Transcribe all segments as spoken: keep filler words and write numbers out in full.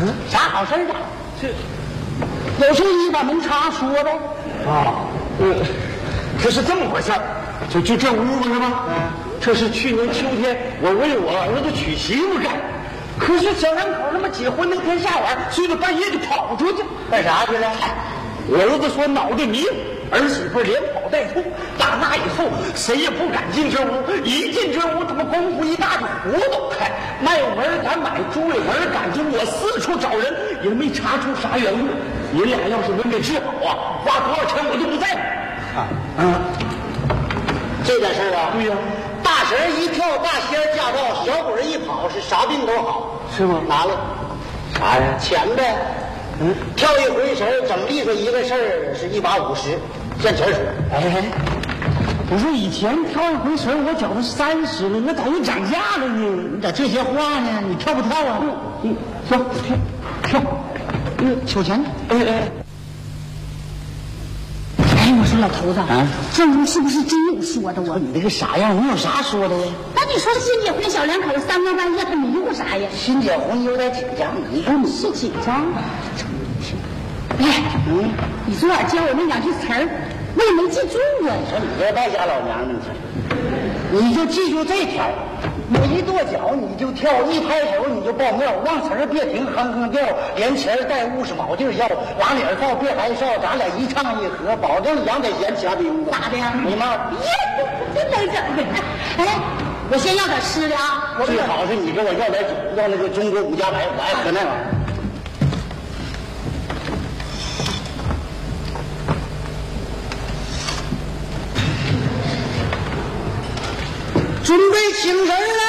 嗯，啥好事啊？ 这有事你把门插说呗。 啊，呃，这是这么回事儿，就就这屋子是吧？嗯，这是去年秋天我为我儿子娶媳妇干，可是小两口他妈结婚那天下晚，睡到半夜就跑出去， 干啥去了？ 我儿子说脑袋迷，儿媳妇连跑带吐。打那以后，谁也不敢进这屋，一进这屋，他妈功夫一大就活都开。卖有门敢买，猪有门敢猪，我四处找人也没查出啥缘故。你俩要是能给治好啊，花多少钱我都不在乎。 啊，嗯，这点事儿啊， 对呀、啊， 大神一跳，大仙驾到，小鬼一跑，是啥病都好， 是吗？ 拿来， 啥呀？ 钱呗。嗯，跳一回神，整利索一个事儿是一把五十，现钱数。 哎，我说以前跳一回神，我缴的三十了，那咋又涨价了呢？ 你咋这些话呢？你跳不跳啊？ 嗯，跳跳跳， 嗯，取钱。 哎哎。 哎，我说老头子，啊，这屋是不是真有说的啊？ 你这个啥样？你有啥说的呀？ 那你说新结婚小两口三更半夜他迷糊啥呀？ 新结婚有点紧张，你说你是紧张啊？哎，嗯，你昨晚教我那两句词儿，我也没记住啊。 你说你这败家老娘们子，你就记住这条。我一跺脚你就跳，一拍手你就报庙，忘词儿别停，哼哼调，连钱带物是卯劲儿要，往脸造别还少，咱俩一唱一和，保证杨得闲掐兵子。 咋的呀？ 没嘛， 耶，真能整的。哎，我先要点吃的啊。 最好是你给我要点酒，要那个中国五加白，我爱喝那玩意儿。准备请人了。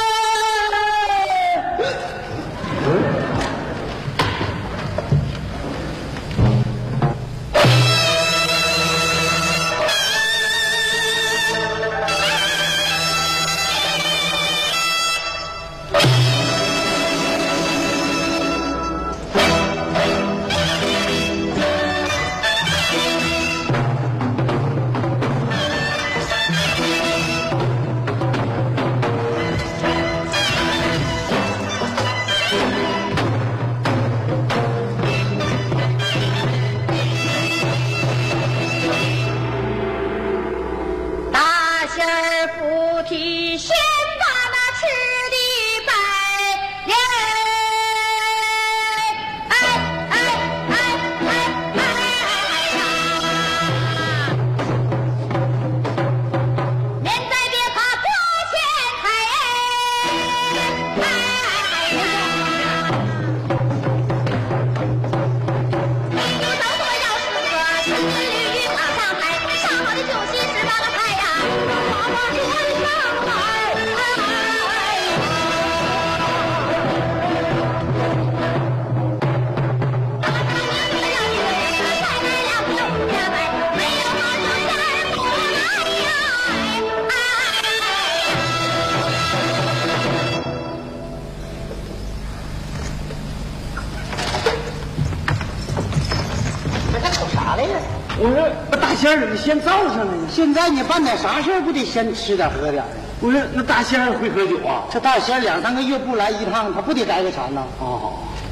我说那大仙儿怎么先造上了呢？ 现在你办点啥事儿不得先吃点喝点？ 不是，那大仙儿会喝酒啊？ 这大仙儿两三个月不来一趟，他不得改个馋呢？ 哦，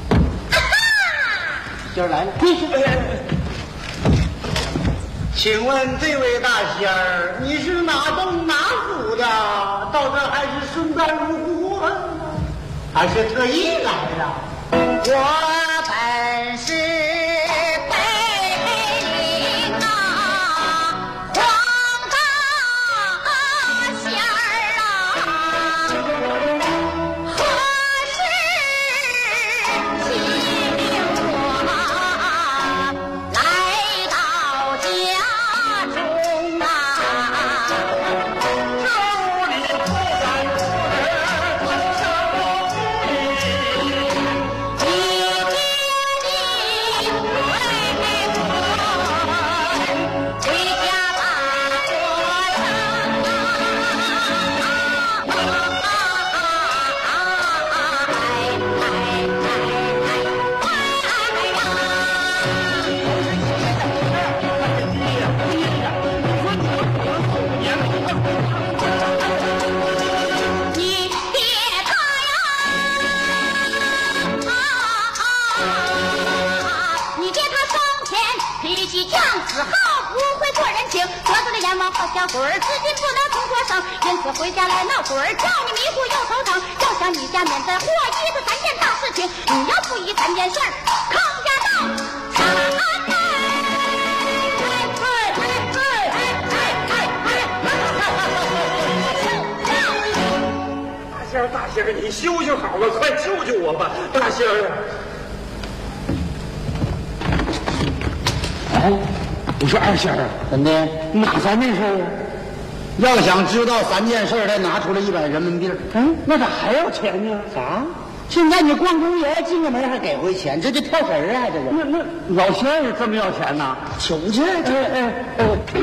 今儿来了。请问这位大仙儿，你是哪东哪府的？到这还是顺道入户啊，还是特意来的？ 我本是。 一脾气强，丝毫不会过人情。得罪的阎王和小鬼儿，至今不能同说声。因此回家来闹鬼儿，叫你迷糊又头疼。要想你家免灾祸，一次三件大事情。你要注意三件事儿，康家道，长安内。 大仙儿，大仙儿，你修修好了，快救救我吧，大仙儿！哎，我说二仙儿啊， 怎的？ 哪三件事啊？ 要想知道三件事，得拿出来一百人民币。 嗯，那咋还要钱呢？ 啥？现在你逛公园进个门还给回钱，这就跳神儿啊！这是。 那那老仙儿这么要钱呢？ 求去！ 哎哎哎！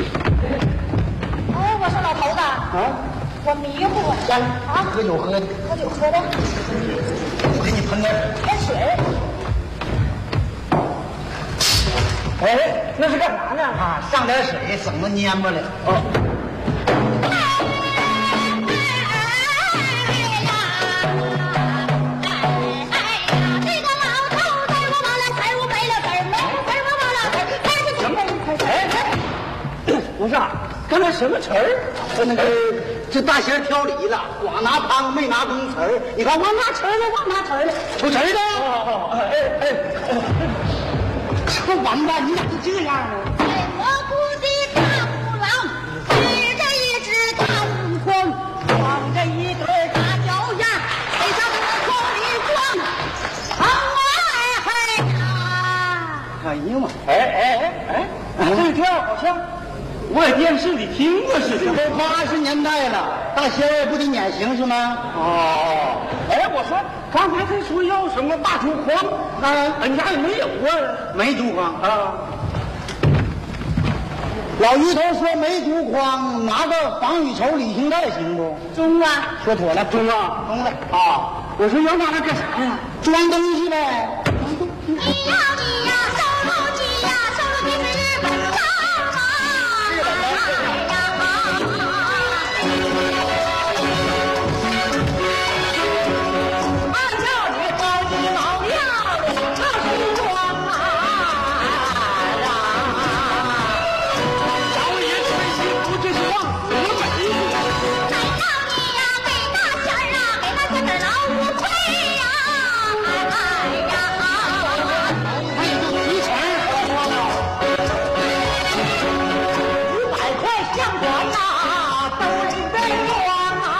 哎，我说老头子啊， 我迷糊了。 来， 啊， 喝酒喝的， 喝酒喝的， 我给你喷点水。 喷水。 哎，那是干啥呢？啊，上点水，省得蔫巴了。哦。 不是，刚才什么词儿？ 那个这大仙挑理了，光拿汤没拿公词儿。你看我拿词儿了，我拿词儿了，出词儿的。 哦，哎哎， 这完蛋，你咋就这样呢？ 在我府的大虎狼，举着一只大悟空，光着一对大脚丫，配上我孔里光，往外呀！ 哎呀妈！ 哎哎哎哎，这跳好像我在电视里听过似的。 都八十年代了，大仙儿不得撵行是吗？ 哦，哎，我说刚才他说要什么大竹筐啊，俺家也没有啊， 没竹筐啊。 老于头说没竹筐，拿个防雨绸、旅行袋行不？ 中啊， 说妥了， 中啊， 中了啊！我说要拿它干啥呀？ 装东西呗。 你要你呀，收录机呀，收录机是日本账啊！俺叫你高级老庙里唱西装啊！ 少爷穿西服，这是往死了美。 再让你呀，给大仙儿啊，给大仙儿老五亏呀！哎呀！ 哎，提钱，五百块相管呐，兜里边装啊！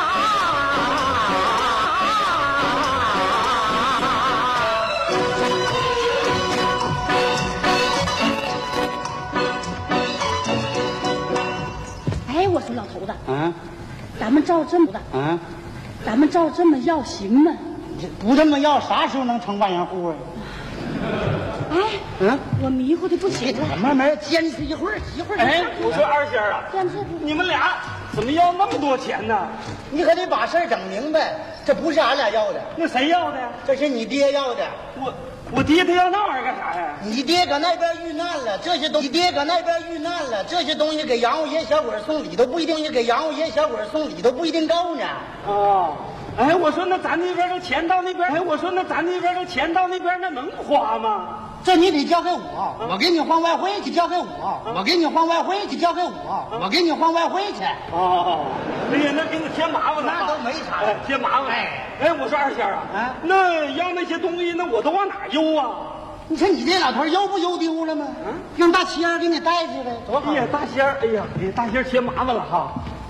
哎，我说老头子， 啊咱们照这么的， 啊， 咱们照这么要行吗？ 这不这么要，啥时候能成万元户啊？ 哎， 嗯， 我迷糊的不行了。 慢慢坚持一会儿，一会儿。 哎，我说二仙儿啊， 坚持你们俩怎么要那么多钱呢？ 你可得把事儿整明白，这不是俺俩要的， 那谁要的呀？ 这是你爹要的。 我我爹他要那玩意儿干啥呀？ 你爹搁那边遇难了，这些东你爹搁那边遇难了，这些东西给杨五爷小鬼送礼都不一定，给杨五爷小鬼送礼都不一定够呢。 哦，哎，我说那咱那边这钱到那边，哎，我说那咱那边这钱到那边那能花吗？ 这你得交给我，我给你换外汇去，交给我，我给你换外汇去，交给我，我给你换外汇去。 哦，哎呀，那给你添麻烦了， 那都没啥哎添麻烦。 哎哎，我说二仙儿啊， 啊那要那些东西，那我都往哪邮啊？ 你说你这老头邮不邮丢了吗？让大仙儿给你带去呗，多好哎。呀，大仙儿，哎呀，给大仙儿添麻烦了哈。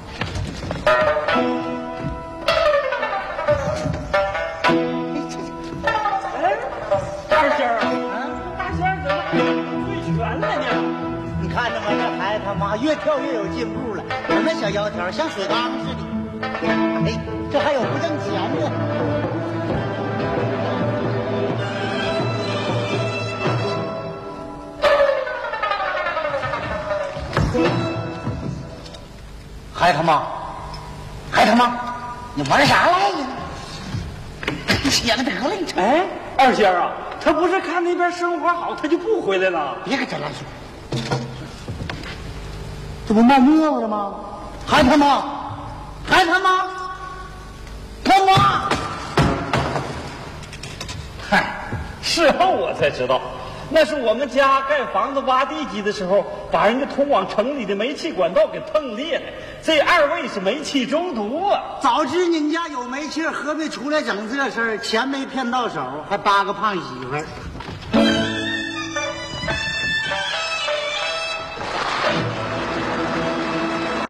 哎，二仙儿啊，大仙儿怎么最全了呢？ 你看着吗？这孩子他妈越跳越有进步了，有那小腰条像水缸似的。哎，这还有不挣钱的。还他妈，还他妈，你玩啥来着？歇了得了，你哎，二仙儿啊，他不是看那边生活好，他就不回来了。 别搁这乱说，这不冒沫子了吗？还他妈，还他妈，他妈！ 嗨，事后我才知道， 那是我们家盖房子挖地基的时候，把人家通往城里的煤气管道给碰裂了。这二位是煤气中毒啊！ 早知你家有煤气，何必出来整这事儿？钱没骗到手，还扒个胖媳妇儿。